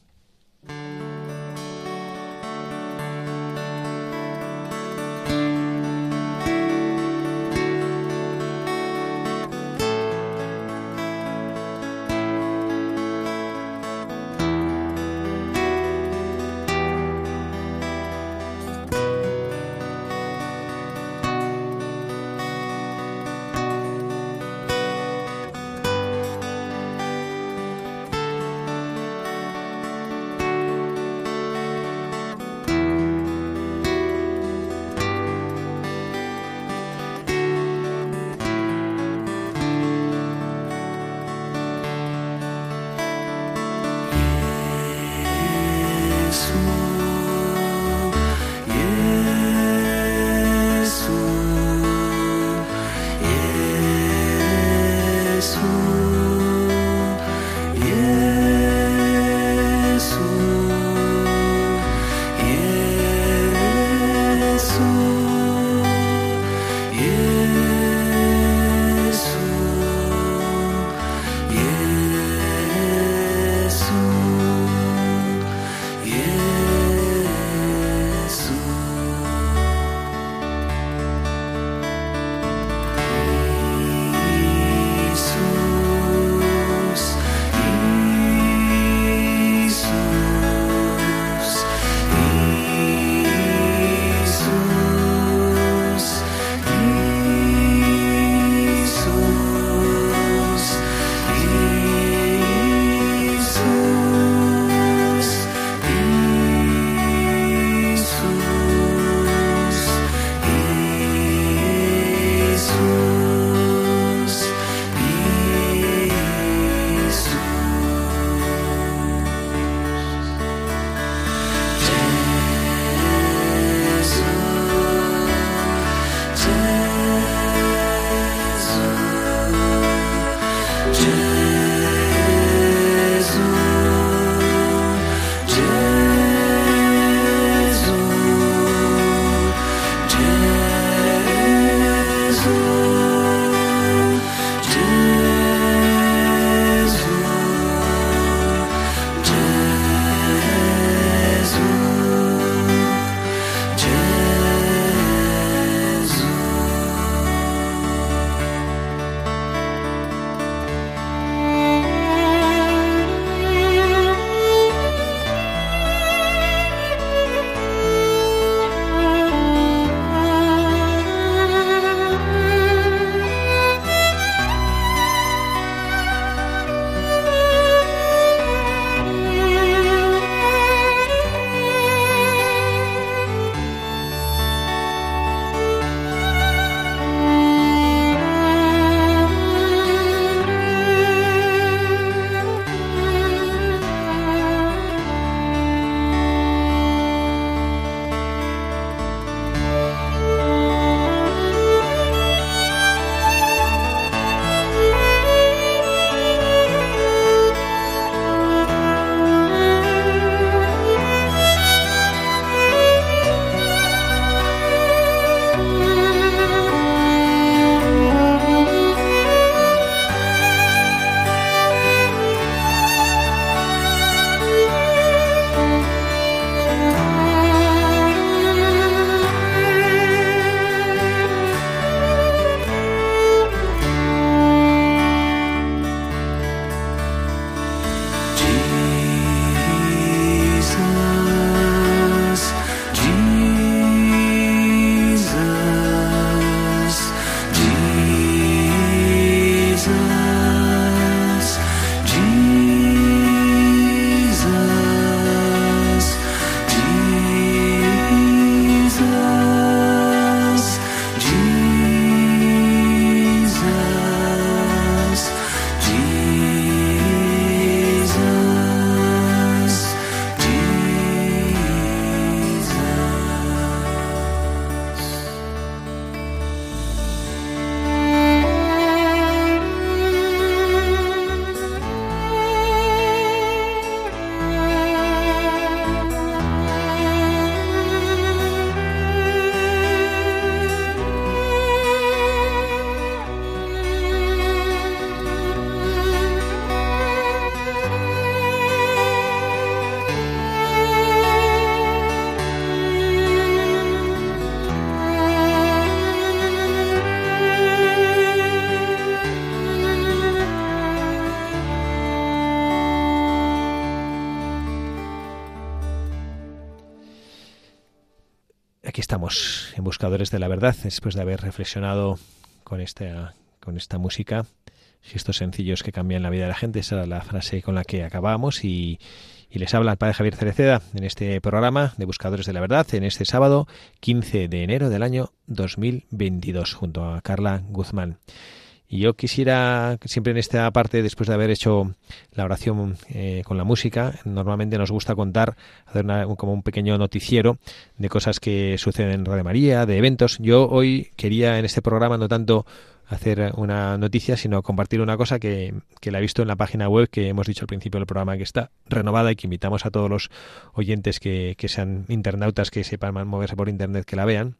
acabamos en Buscadores de la Verdad, después de haber reflexionado con esta, con esta música, gestos sencillos que cambian la vida de la gente. Esa era la frase con la que acabábamos y, y les habla el padre Javier Cereceda en este programa de Buscadores de la Verdad, en este sábado quince de enero del año dos mil veintidós, junto a Carla Guzmán. Y yo quisiera, siempre en esta parte, después de haber hecho la oración eh, con la música, normalmente nos gusta contar, hacer una, como un pequeño noticiero de cosas que suceden en Radio María, de eventos. Yo hoy quería en este programa no tanto hacer una noticia, sino compartir una cosa que, que la he visto en la página web, que hemos dicho al principio del programa que está renovada y que invitamos a todos los oyentes que, que sean internautas, que sepan moverse por internet, que la vean.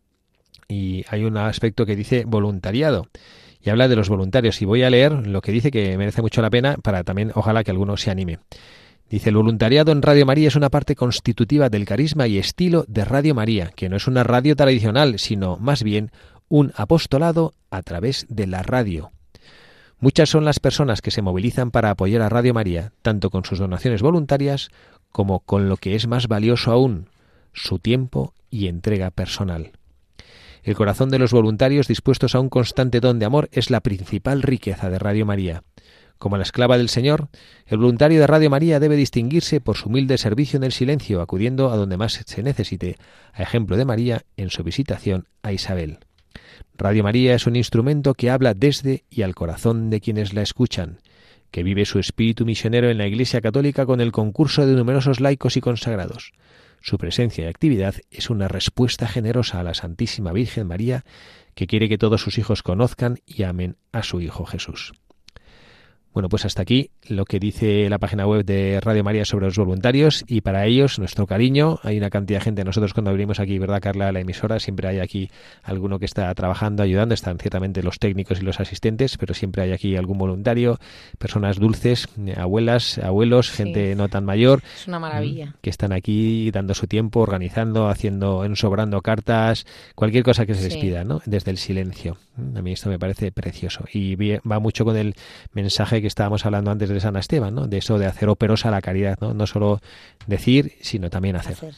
Y hay un aspecto que dice voluntariado. Y habla de los voluntarios, y voy a leer lo que dice, que merece mucho la pena, para también, ojalá que alguno se anime. Dice: el voluntariado en Radio María es una parte constitutiva del carisma y estilo de Radio María, que no es una radio tradicional, sino más bien un apostolado a través de la radio. Muchas son las personas que se movilizan para apoyar a Radio María, tanto con sus donaciones voluntarias como con lo que es más valioso aún, su tiempo y entrega personal. El corazón de los voluntarios dispuestos a un constante don de amor es la principal riqueza de Radio María. Como la esclava del Señor, el voluntario de Radio María debe distinguirse por su humilde servicio en el silencio, acudiendo a donde más se necesite, a ejemplo de María en su visitación a Isabel. Radio María es un instrumento que habla desde y al corazón de quienes la escuchan, que vive su espíritu misionero en la Iglesia Católica con el concurso de numerosos laicos y consagrados. Su presencia y actividad es una respuesta generosa a la Santísima Virgen María, que quiere que todos sus hijos conozcan y amen a su Hijo Jesús. Bueno, pues hasta aquí lo que dice la página web de Radio María sobre los voluntarios, y para ellos nuestro cariño. Hay una cantidad de gente. Nosotros cuando abrimos aquí, ¿verdad, Carla?, la emisora, siempre hay aquí alguno que está trabajando, ayudando. Están ciertamente los técnicos y los asistentes, pero siempre hay aquí algún voluntario, personas dulces, abuelas, abuelos, sí, gente no tan mayor. Es una maravilla. Que están aquí dando su tiempo, organizando, haciendo, ensobrando cartas, cualquier cosa que se les pida, ¿no? Desde el silencio. A mí esto me parece precioso y va mucho con el mensaje que estábamos hablando antes de San Esteban, ¿no? De eso de hacer operosa la caridad, ¿no? No solo decir, sino también hacer. hacer.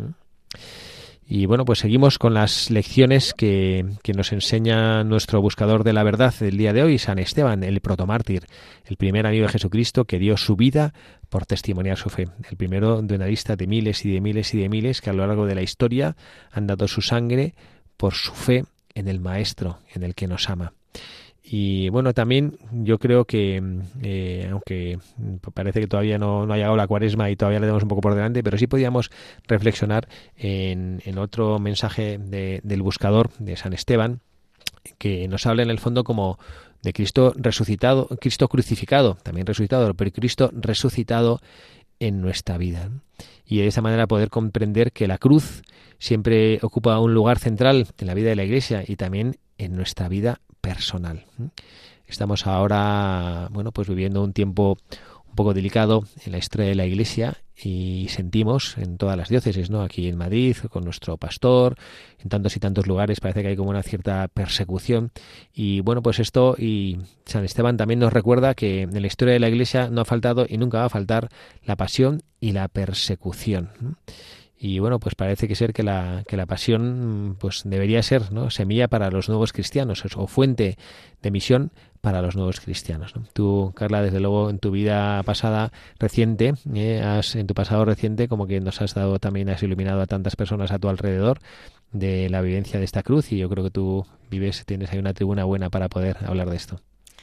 Y bueno, pues seguimos con las lecciones que, que nos enseña nuestro buscador de la verdad del día de hoy, San Esteban, el protomártir, el primer amigo de Jesucristo que dio su vida por testimoniar su fe. El primero de una lista de miles y de miles y de miles que a lo largo de la historia han dado su sangre por su fe en el Maestro, en el que nos ama. Y bueno, también yo creo que, eh, aunque parece que todavía no, no ha llegado la Cuaresma y todavía le tenemos un poco por delante, pero sí podíamos reflexionar en, en otro mensaje de, del buscador de San Esteban, que nos habla en el fondo como de Cristo resucitado, Cristo crucificado, también resucitado, pero Cristo resucitado en nuestra vida. Y de esa manera poder comprender que la cruz siempre ocupa un lugar central en la vida de la Iglesia y también en nuestra vida personal. Estamos ahora, bueno, pues viviendo un tiempo un poco delicado en la historia de la Iglesia y sentimos en todas las diócesis, ¿no? Aquí en Madrid, con nuestro pastor, en tantos y tantos lugares parece que hay como una cierta persecución. Y bueno, pues esto, y San Esteban también nos recuerda que en la historia de la Iglesia no ha faltado y nunca va a faltar la pasión y la persecución. Y bueno, pues parece que ser que la que la pasión pues debería ser, ¿no?, semilla para los nuevos cristianos o fuente de misión para los nuevos cristianos, ¿no? Tú, Carla, desde luego en tu vida pasada reciente, eh, has, en tu pasado reciente, como que nos has dado también, has iluminado a tantas personas a tu alrededor de la vivencia de esta cruz, y yo creo que tú vives, tienes ahí una tribuna buena para poder hablar de esto.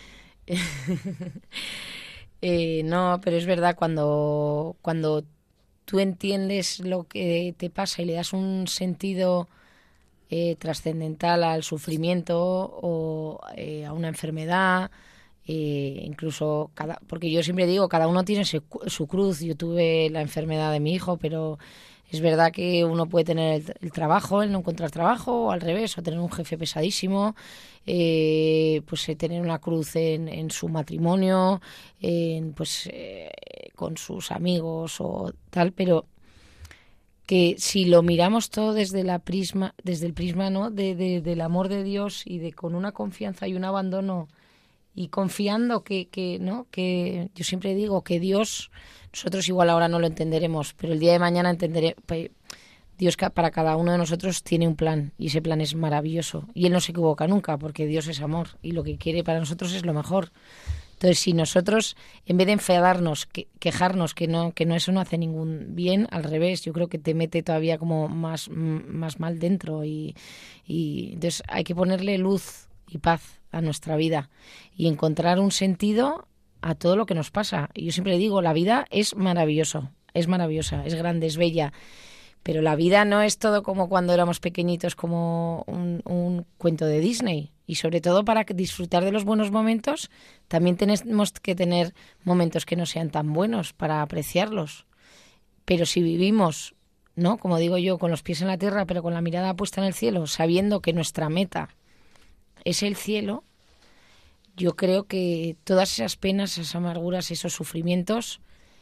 eh, no, pero es verdad, cuando cuando tú entiendes lo que te pasa y le das un sentido eh, trascendental al sufrimiento o eh, a una enfermedad, eh, incluso cada, porque yo siempre digo, cada uno tiene su, su cruz. Yo tuve la enfermedad de mi hijo, pero es verdad que uno puede tener el, el trabajo, el no encontrar trabajo, o al revés, o tener un jefe pesadísimo, eh, pues eh, tener una cruz en, en su matrimonio, en, pues eh, con sus amigos o tal, pero que si lo miramos todo desde la prisma, desde el prisma, ¿no?, de, de, del amor de Dios, y de con una confianza y un abandono, y confiando que, que no, que yo siempre digo que Dios, nosotros igual ahora no lo entenderemos, pero el día de mañana entenderemos. Dios para cada uno de nosotros tiene un plan y ese plan es maravilloso. Y Él no se equivoca nunca porque Dios es amor y lo que quiere para nosotros es lo mejor. Entonces, si nosotros, en vez de enfadarnos, que, quejarnos, que no que no eso no hace ningún bien, al revés, yo creo que te mete todavía como más, más mal dentro. Y, y entonces hay que ponerle luz y paz a nuestra vida y encontrar un sentido a todo lo que nos pasa. Y yo siempre digo, la vida es maravilloso, es maravillosa, es grande, es bella. Pero la vida no es todo como cuando éramos pequeñitos, como un, un cuento de Disney. Y sobre todo para disfrutar de los buenos momentos, también tenemos que tener momentos que no sean tan buenos para apreciarlos. Pero si vivimos, ¿no? Como digo yo, con los pies en la tierra, pero con la mirada puesta en el cielo, sabiendo que nuestra meta es el cielo, yo creo que todas esas penas, esas amarguras, esos sufrimientos,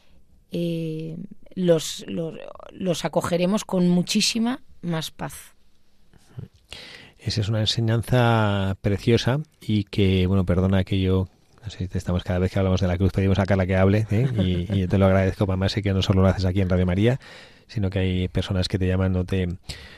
eh, los, los, los acogeremos con muchísima más paz. Esa es una enseñanza preciosa y que, bueno, perdona que yo, no sé, estamos cada vez que hablamos de la cruz, pedimos a Carla que hable, ¿eh? y, y yo te lo agradezco, además sé que no solo lo haces aquí en Radio María, sino que hay personas que te llaman, no te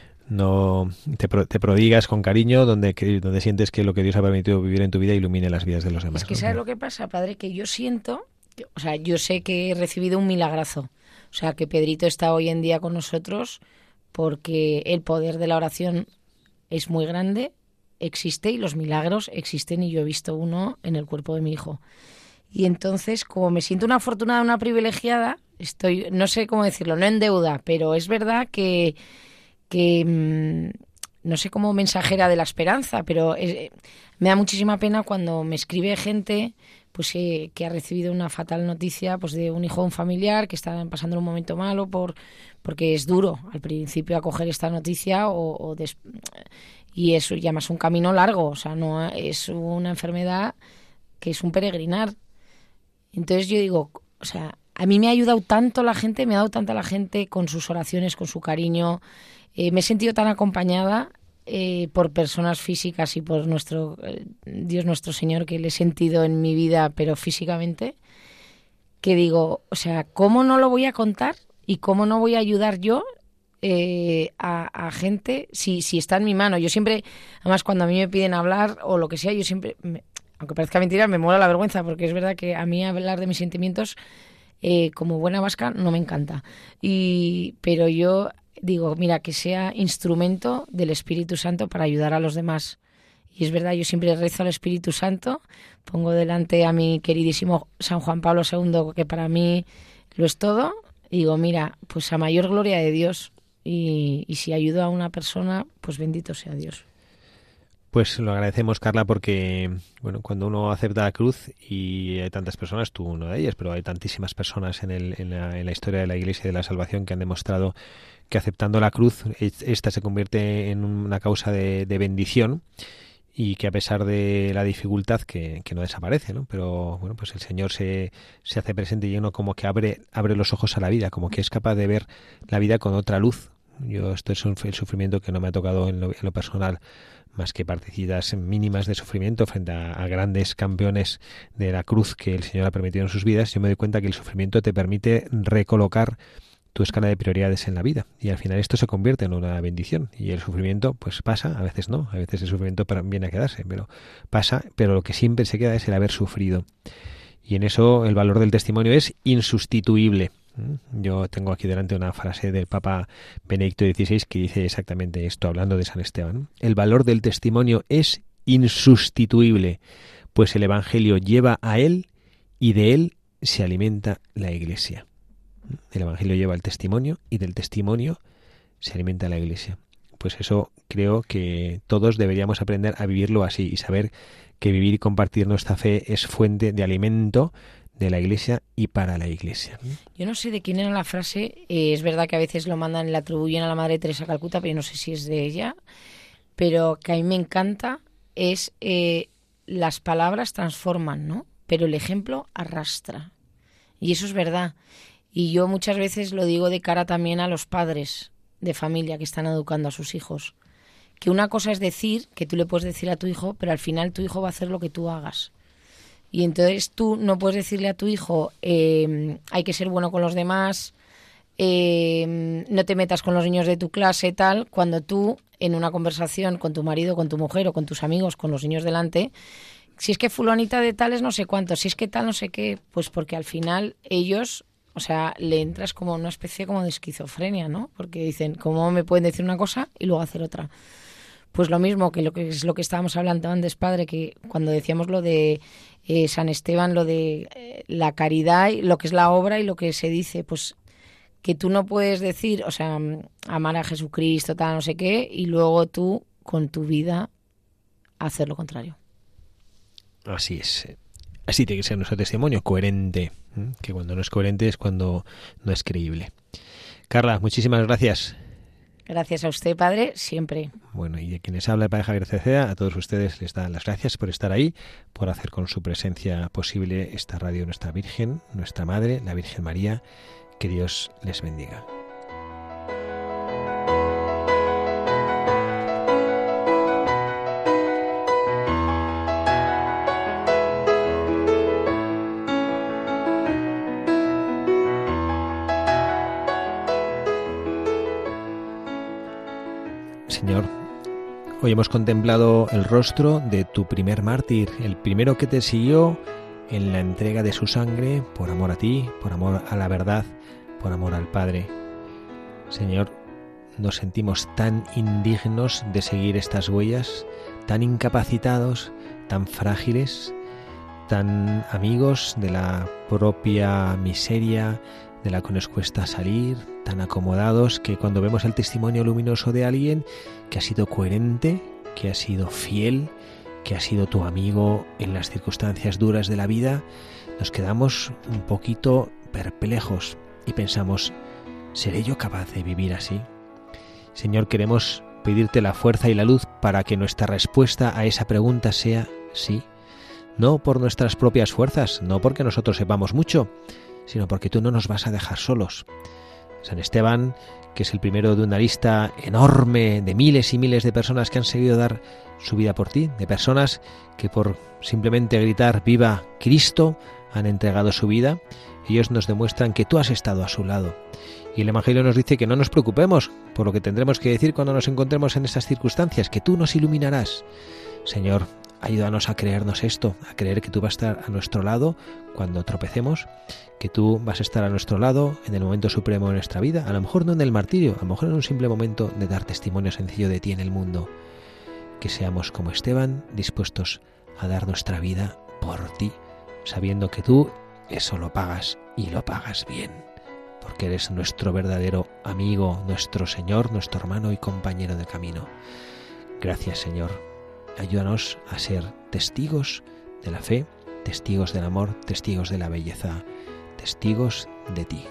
no te, pro, te prodigas con cariño, donde, que, donde sientes que lo que Dios ha permitido vivir en tu vida ilumine las vidas de los demás. Es que ¿no? ¿sabes lo que pasa, padre? Que yo siento, o sea, yo sé que he recibido un milagrazo, o sea, que Pedrito está hoy en día con nosotros porque el poder de la oración es muy grande, existe y los milagros existen y yo he visto uno en el cuerpo de mi hijo. Y entonces, como me siento una afortunada, una privilegiada, estoy, no sé cómo decirlo, no en deuda, pero es verdad que, que mmm, no sé cómo mensajera de la esperanza, pero es, me da muchísima pena cuando me escribe gente pues eh, que ha recibido una fatal noticia pues de un hijo de un familiar que está pasando un momento malo por porque es duro al principio acoger esta noticia o, o des, y eso ya más un camino largo, o sea, no es una enfermedad que es un peregrinar. Entonces yo digo, o sea, a mí me ha ayudado tanto la gente, me ha dado tanta la gente con sus oraciones, con su cariño, eh, me he sentido tan acompañada Eh, por personas físicas y por nuestro eh, Dios nuestro Señor que le he sentido en mi vida, pero físicamente, que digo, o sea, ¿cómo no lo voy a contar y cómo no voy a ayudar yo eh, a, a gente si, si está en mi mano? Yo siempre, además cuando a mí me piden hablar o lo que sea, yo siempre, me, aunque parezca mentira, me mola la vergüenza, porque es verdad que a mí hablar de mis sentimientos eh, como buena vasca no me encanta, y pero yo digo, mira, que sea instrumento del Espíritu Santo para ayudar a los demás. Y es verdad, yo siempre rezo al Espíritu Santo, pongo delante a mi queridísimo San Juan Pablo segundo, que para mí lo es todo, y digo, mira, pues a mayor gloria de Dios, y, y si ayudo a una persona, pues bendito sea Dios. Pues lo agradecemos, Carla, porque bueno, cuando uno acepta la cruz, y hay tantas personas, tú una de ellas, pero hay tantísimas personas en, el, en, la, en la historia de la Iglesia y de la salvación que han demostrado que aceptando la cruz, esta se convierte en una causa de, de bendición, y que a pesar de la dificultad que, que no desaparece, ¿no? Pero bueno, pues el Señor se, se hace presente y uno como que abre, abre los ojos a la vida, como que es capaz de ver la vida con otra luz. Yo esto es un, el sufrimiento que no me ha tocado en lo, en lo personal, más que partecitas mínimas de sufrimiento frente a, a grandes campeones de la cruz que el Señor ha permitido en sus vidas. Yo me doy cuenta que el sufrimiento te permite recolocar tu escala de prioridades en la vida, y al final esto se convierte en una bendición, y el sufrimiento pues pasa, a veces no, a veces el sufrimiento viene a quedarse, pero pasa, pero lo que siempre se queda es el haber sufrido, y en eso el valor del testimonio es insustituible. Yo tengo aquí delante una frase del Papa Benedicto dieciséis que dice exactamente esto, hablando de San Esteban: el valor del testimonio es insustituible, pues el Evangelio lleva a él y de él se alimenta la Iglesia. El Evangelio lleva el testimonio y del testimonio se alimenta la Iglesia. Pues eso creo que todos deberíamos aprender a vivirlo así, y saber que vivir y compartir nuestra fe es fuente de alimento de la Iglesia y para la Iglesia. Yo no sé de quién era la frase, eh, es verdad que a veces lo mandan, le atribuyen a la Madre Teresa Calcuta, pero yo no sé si es de ella, pero que a mí me encanta, es eh, las palabras transforman, ¿no? Pero el ejemplo arrastra. Y eso es verdad. Y yo muchas veces lo digo de cara también a los padres de familia que están educando a sus hijos. Que una cosa es decir, que tú le puedes decir a tu hijo, pero al final tu hijo va a hacer lo que tú hagas. Y entonces tú no puedes decirle a tu hijo, eh, hay que ser bueno con los demás, eh, no te metas con los niños de tu clase, tal, cuando tú, en una conversación con tu marido, con tu mujer o con tus amigos, con los niños delante, si es que fulanita de tal es no sé cuánto, si es que tal no sé qué, pues porque al final ellos, o sea, le entras como una especie como de esquizofrenia, ¿no? Porque dicen, ¿cómo me pueden decir una cosa y luego hacer otra? Pues lo mismo que lo que es lo que estábamos hablando antes, padre, que cuando decíamos lo de eh, San Esteban, lo de eh, la caridad, y lo que es la obra y lo que se dice, pues que tú no puedes decir, o sea, amar a Jesucristo, tal, no sé qué, y luego tú, con tu vida, hacer lo contrario. Así es. Así tiene que ser nuestro testimonio, coherente, ¿eh? Que cuando no es coherente es cuando no es creíble. Carla, muchísimas gracias. Gracias a usted, padre, siempre. Bueno, y a quienes habla el padre Javier Cerceda, a todos ustedes les dan las gracias por estar ahí, por hacer con su presencia posible esta radio Nuestra Virgen, nuestra Madre, la Virgen María. Que Dios les bendiga. Señor, hoy hemos contemplado el rostro de tu primer mártir, el primero que te siguió en la entrega de su sangre por amor a ti, por amor a la verdad, por amor al Padre. Señor, nos sentimos tan indignos de seguir estas huellas, tan incapacitados, tan frágiles, tan amigos de la propia miseria de la que nos cuesta salir, tan acomodados que cuando vemos el testimonio luminoso de alguien que ha sido coherente, que ha sido fiel, que ha sido tu amigo en las circunstancias duras de la vida, nos quedamos un poquito perplejos y pensamos, ¿seré yo capaz de vivir así? Señor, queremos pedirte la fuerza y la luz para que nuestra respuesta a esa pregunta sea sí. No por nuestras propias fuerzas, no porque nosotros sepamos mucho, sino porque tú no nos vas a dejar solos. San Esteban, que es el primero de una lista enorme de miles y miles de personas que han seguido dar su vida por ti, de personas que por simplemente gritar ¡Viva Cristo! Han entregado su vida. Ellos nos demuestran que tú has estado a su lado. Y el Evangelio nos dice que no nos preocupemos por lo que tendremos que decir cuando nos encontremos en estas circunstancias, que tú nos iluminarás. Señor, ayúdanos a creernos esto, a creer que tú vas a estar a nuestro lado cuando tropecemos, que tú vas a estar a nuestro lado en el momento supremo de nuestra vida, a lo mejor no en el martirio, a lo mejor en un simple momento de dar testimonio sencillo de ti en el mundo. Que seamos como Esteban, dispuestos a dar nuestra vida por ti, sabiendo que tú eso lo pagas y lo pagas bien, porque eres nuestro verdadero amigo, nuestro Señor, nuestro hermano y compañero de camino. Gracias, Señor. Ayúdanos a ser testigos de la fe, testigos del amor, testigos de la belleza, testigos de ti.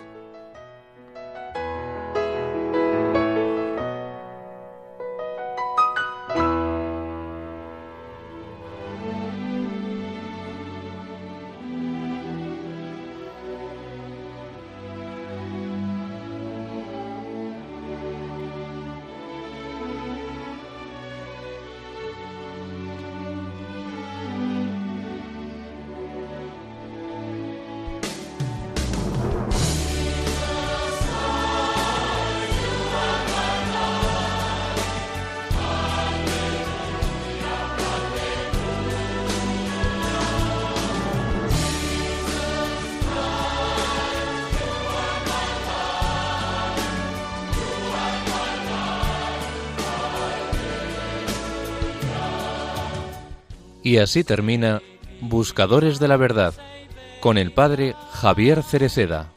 Y así termina Buscadores de la Verdad, con el padre Javier Cereceda.